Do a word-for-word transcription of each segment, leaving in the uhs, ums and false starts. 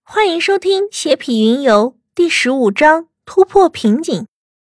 欢迎收听《邪痞云游》第十五章突破瓶颈。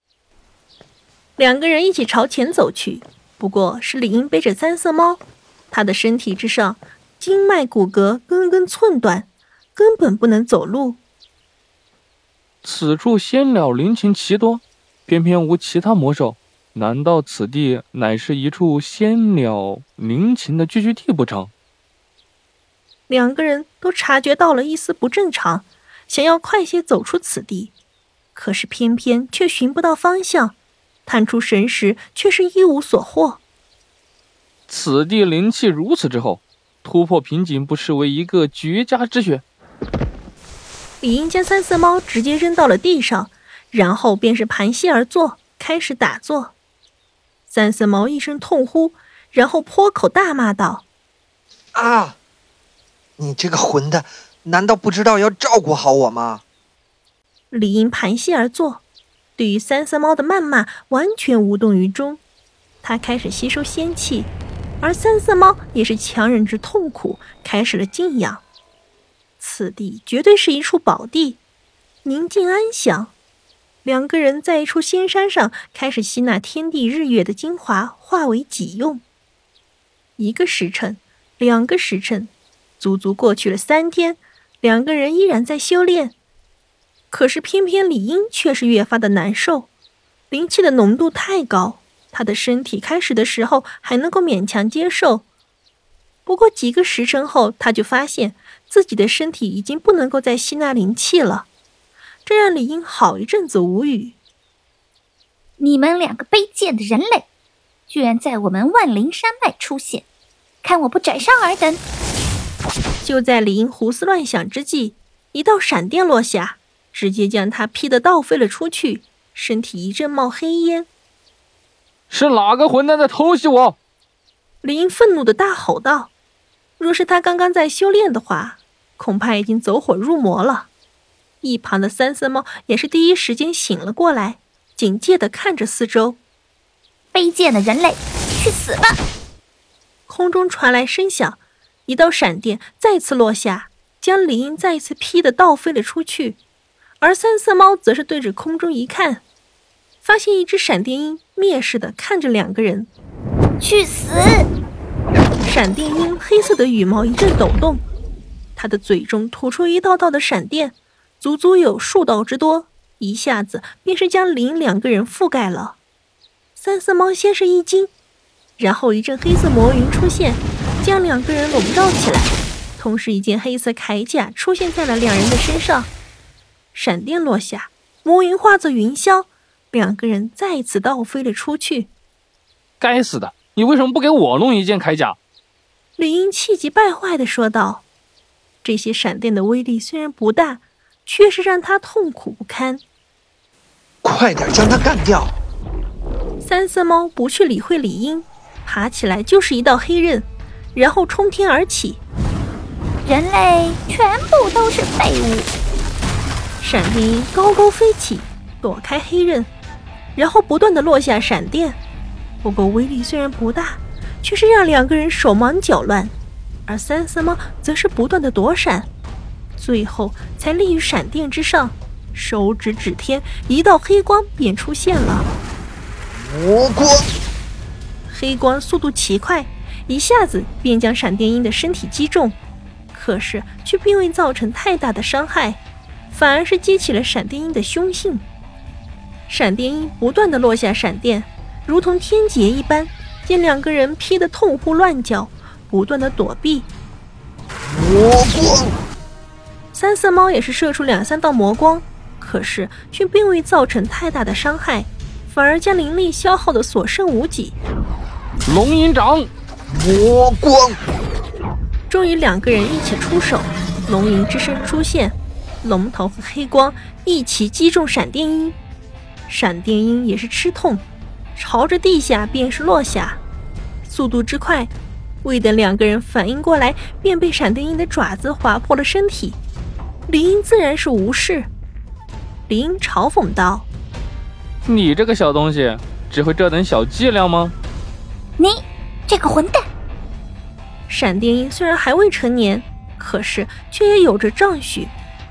两个人一起朝前走去，不过是李英背着三色猫，他的身体之上筋脉骨骼根根寸断，根本不能走路。 此处仙鸟灵禽奇多，偏偏无其他魔兽，难道此地乃是一处仙鸟灵禽的聚居地不成？ 两个人都察觉到了一丝不正常，想要快些走出此地，可是偏偏却寻不到方向，探出神识却是一无所获。 此地灵气如此之厚，突破瓶颈不失为一个绝佳之选。 李英将三色猫直接扔到了地上，然后便是盘膝而坐，开始打坐。三色猫一声痛呼，然后破口大骂道： 啊！你这个混蛋，难道不知道要照顾好我吗？ 李英盘膝而坐，对于三色猫的谩骂完全无动于衷。他开始吸收仙气，而三色猫也是强忍着痛苦，开始了静养。此地绝对是一处宝地，宁静安详。两个人在一处仙山上开始吸纳天地日月的精华，化为己用。一个时辰，两个时辰，足足过去了三天，两个人依然在修炼。可是偏偏李英却是越发的难受，灵气的浓度太高，他的身体开始的时候还能够勉强接受，不过几个时辰后，他就发现自己的身体已经不能够再吸纳灵气了，这让李英好一阵子无语。 你们两个卑贱的人类，居然在我们万灵山脉出现，看我不斩杀尔等！ 就在李英胡思乱想之际，一道闪电落下，直接将他劈得倒飞了出去，身体一阵冒黑烟。 是哪个混蛋在偷袭我？ 李英愤怒地大吼道，若是他刚刚在修炼的话，恐怕已经走火入魔了。一旁的三色猫也是第一时间醒了过来，警戒地看着四周。 卑贱的人类，去死吧！ 空中传来声响，一道闪电再次落下，将李英再一次劈得倒飞了出去。而三色猫则是对着空中一看，发现一只闪电鹰蔑视地看着两个人。 去死！ 闪电鹰黑色的羽毛一阵抖动，它的嘴中吐出一道道的闪电，足足有数道之多，一下子便是将李英两个人覆盖了。三色猫先是一惊，然后一阵黑色魔云出现，将两个人笼罩起来，同时一件黑色铠甲出现在了两人的身上。闪电落下，魔云化作云霄，两个人再次倒飞了出去。 该死的，你为什么不给我弄一件铠甲？ 李英气急败坏地说道。这些闪电的威力虽然不大，却是让他痛苦不堪。 快点将他干掉！ 三色猫不去理会李英，爬起来就是一道黑刃，然后冲天而起。 人类全部都是废物！ 闪电鹰高高飞起，躲开黑刃，然后不断地落下闪电。不过威力虽然不大，却是让两个人手忙脚乱，而三色猫则是不断地躲闪，最后才立于闪电之上，手指指天，一道黑光便出现了。 魔光！ 黑光速度奇快，一下子便将闪电鹰的身体击中，可是却并未造成太大的伤害，反而是激起了闪电鹰的凶性。闪电鹰不断地落下闪电，如同天劫一般，将两个人劈得痛呼乱叫，不断地躲避。 魔光！ 三色猫也是射出两三道魔光，可是却并未造成太大的伤害，反而将灵力消耗得所剩无几。 龙吟掌！ 魔光！ 终于两个人一起出手，龙吟之身出现，龙头和黑光一起击中闪电鹰。闪电鹰也是吃痛，朝着地下便是落下，速度之快，未等两个人反应过来，便被闪电鹰的爪子划破了身体。李英自然是无视。李英嘲讽道： 你这个小东西，只会这等小伎俩吗？ 你这个混蛋！ 闪电鹰虽然还未成年，可是却也有着丈许，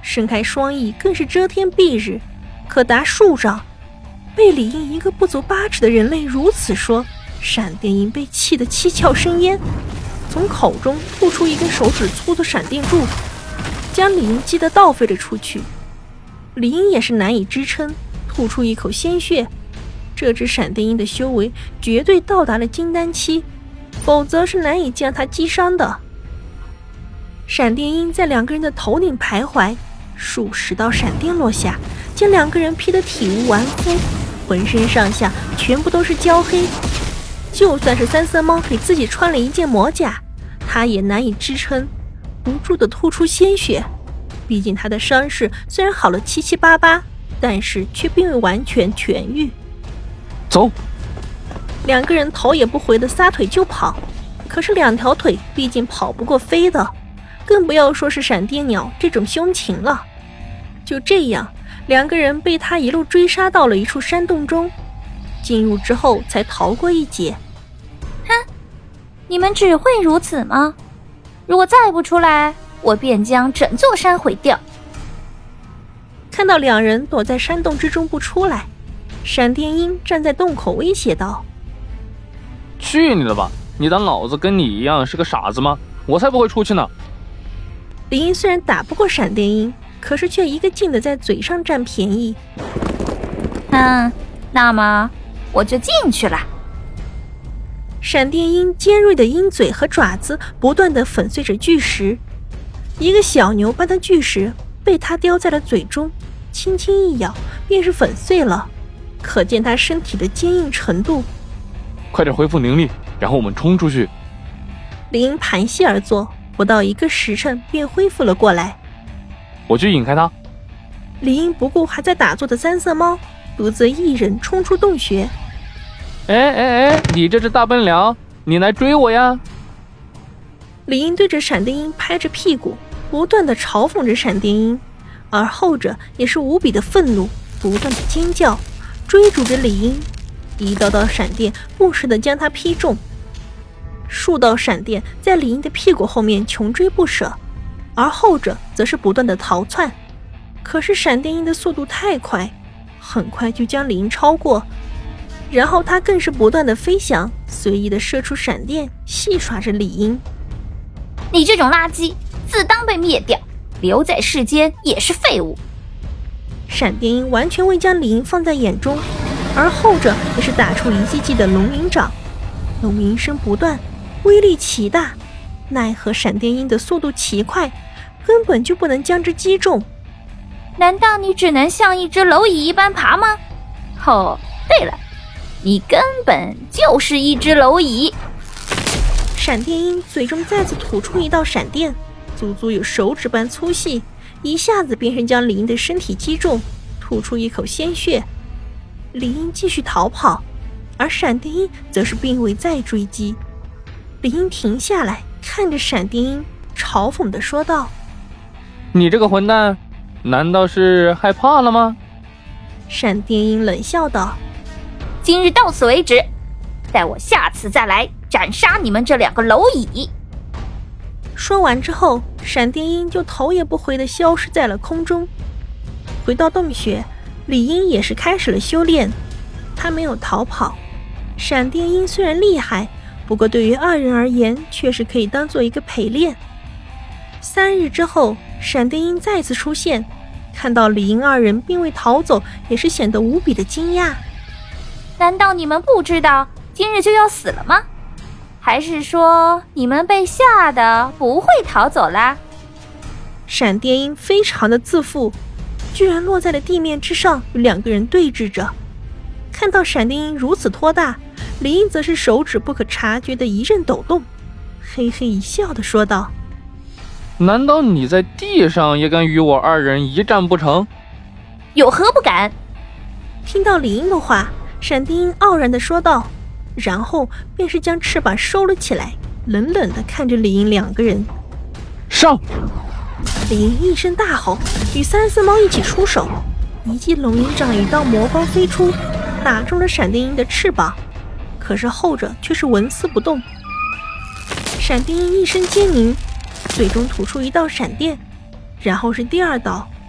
伸开双翼更是遮天蔽日，可达数丈。被李英一个不足八尺的人类如此说，闪电鹰被气得七窍生烟，从口中吐出一根手指粗的闪电柱，将李英击得倒飞了出去。李英也是难以支撑，吐出一口鲜血。这只闪电鹰的修为绝对到达了金丹期，否则是难以将它击伤的。闪电鹰在两个人的头顶徘徊，数十道闪电落下，将两个人劈得体无完肤，浑身上下全部都是焦黑。就算是三色猫给自己穿了一件魔甲，他也难以支撑，不住地吐出鲜血。毕竟他的伤势虽然好了七七八八，但是却并未完全痊愈。 走！ 两个人头也不回地撒腿就跑，可是两条腿毕竟跑不过飞的，更不要说是闪电鸟这种凶禽了。就这样，两个人被他一路追杀到了一处山洞中，进入之后才逃过一劫。 哼，你们只会如此吗？如果再不出来，我便将整座山毁掉。 看到两人躲在山洞之中不出来，闪电鹰站在洞口威胁道： 去你的吧，你当老子跟你一样是个傻子吗？我才不会出去呢。 李英虽然打不过闪电鹰，可是却一个劲的在嘴上占便宜。 嗯，那么我就进去了。 闪电鹰尖锐的鹰嘴和爪子不断地粉碎着巨石，一个小牛般的巨石被它叼在了嘴中，轻轻一咬便是粉碎了，可见它身体的坚硬程度。 快点恢复灵力，然后我们冲出去。 李英盘膝而坐，不到一个时辰便恢复了过来。 我去引开他。 李英不顾还在打坐的三色猫，独自一人冲出洞穴。 哎哎哎，你这只大笨鸟，你来追我呀！ 李英对着闪电鹰拍着屁股，不断地嘲讽着闪电鹰，而后者也是无比的愤怒，不断的尖叫，追逐着李英。一道道闪电不时地将他劈中，数道闪电在李英的屁股后面穷追不舍，而后者则是不断的逃窜。可是闪电鹰的速度太快，很快就将李英超过，然后他更是不断的飞翔，随意的射出闪电，戏耍着李英。 你这种垃圾，自当被灭掉，留在世间也是废物。 闪电鹰完全未将李英放在眼中，而后者也是打出一记记的龙吟掌，龙吟声不断，威力奇大，奈何闪电鹰的速度奇快，根本就不能将之击中。 难道你只能像一只蝼蚁一般爬吗？哦，对了，你根本就是一只蝼蚁。 闪电鹰嘴中再次吐出一道闪电，足足有手指般粗细，一下子便是将李英的身体击中，吐出一口鲜血。李英继续逃跑，而闪电鹰则是并未再追击。李英停下来，看着闪电鹰，嘲讽地说道： 你这个混蛋，难道是害怕了吗？ 闪电鹰冷笑道： 今日到此为止，待我下次再来斩杀你们这两个蝼蚁。 说完之后，闪电鹰就头也不回地消失在了空中。回到洞穴，李英也是开始了修炼，他没有逃跑。闪电鹰虽然厉害，不过对于二人而言却是可以当做一个陪练。三日之后，闪电鹰再次出现，看到李英二人并未逃走，也是显得无比的惊讶。 难道你们不知道今日就要死了吗？还是说你们被吓得不会逃走啦？ 闪电鹰非常的自负，居然落在了地面之上，与两个人对峙着。看到闪电鹰如此拖大，李英则是手指不可察觉的一阵抖动，嘿嘿一笑的说道： 难道你在地上也敢与我二人一战不成？ 有何不敢？ 听到李英的话，闪电鹰傲然的说道，然后便是将翅膀收了起来，冷冷的看着李英两个人。 上！ 李英一声大吼，与三色猫一起出手，一记龙吟掌一道魔光飞出，打中了闪电鹰的翅膀，可是后者却是纹丝不动。闪电鹰一声尖鸣，嘴中吐出一道闪电，然后是第二道、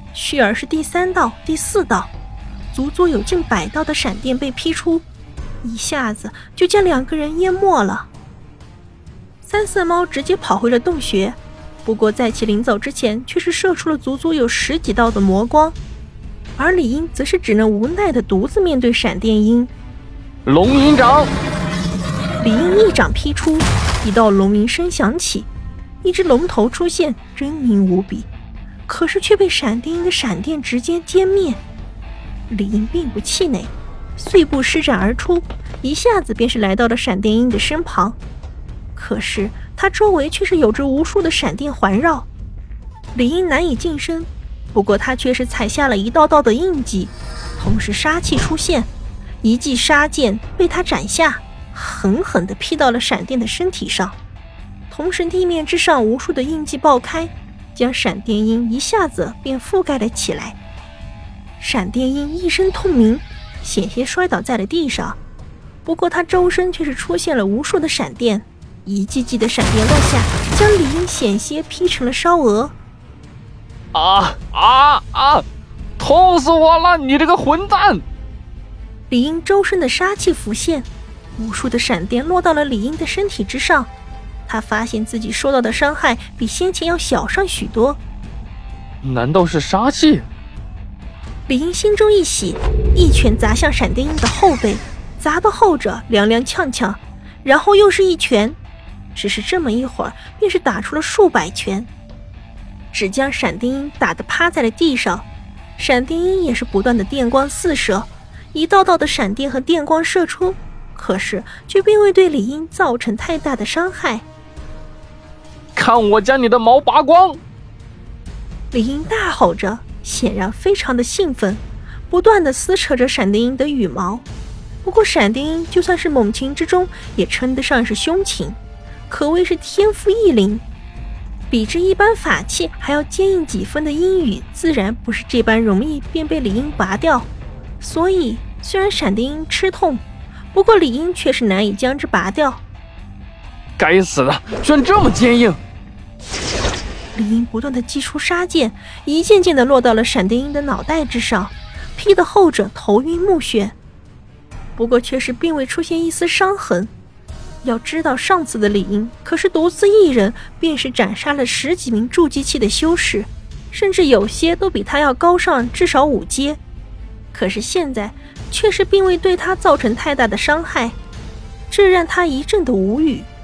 续而是第三道、第四道，足足有近百道的闪电被劈出，一下子就将两个人淹没了。三色猫直接跑回了洞穴，不过在其临走之前，却是射出了足足有十几道的魔光，而李英则是只能无奈地独自面对闪电鹰。 龙吟掌！ 李英一掌劈出，一道龙鸣声响起，一只龙头出现，狰狞无比，可是却被闪电鹰的闪电直接歼灭。李英并不气馁，碎步施展而出，一下子便是来到了闪电鹰的身旁。可是他周围却是有着无数的闪电环绕，李英难以近身，不过他却是踩下了一道道的印记，同时杀气出现，一记杀剑被他斩下，狠狠地劈到了闪电的身体上，同时地面之上无数的印记爆开，将闪电鹰一下子便覆盖了起来。闪电鹰一声痛鸣，险些摔倒在了地上，不过他周身却是出现了无数的闪电，一记记的闪电落下，将李英险些劈成了烧鹅。 啊啊啊！痛死我了！你这个混蛋！ 李英周身的杀气浮现，无数的闪电落到了李英的身体之上，他发现自己受到的伤害比先前要小上许多。 难道是杀气？ 李英心中一喜，一拳砸向闪电鹰的后背，砸到后者踉踉跄跄，然后又是一拳，只是这么一会儿便是打出了数百拳，只将闪电鹰打得趴在了地上。闪电鹰也是不断的电光四射，一道道的闪电和电光射出，可是却并未对李英造成太大的伤害。 看我将你的毛拔光！ 李英大吼着，显然非常的兴奋，不断的撕扯着闪电鹰的羽毛。不过闪电鹰就算是猛禽之中，也称得上是凶禽，可谓是天赋异禀，比之一般法器还要坚硬几分的鹰羽，自然不是这般容易便被李英拔掉。所以虽然闪电鹰吃痛，不过李英却是难以将之拔掉。 该死的，居然这么坚硬！ 李英不断地击出杀剑，一件件地落到了闪电鹰的脑袋之上，劈得后者头晕目眩。不过却是并未出现一丝伤痕。要知道上次的李英可是独自一人便是斩杀了十几名筑基期的修士，甚至有些都比他要高上至少五阶，可是现在却是并未对他造成太大的伤害，这让他一阵的无语。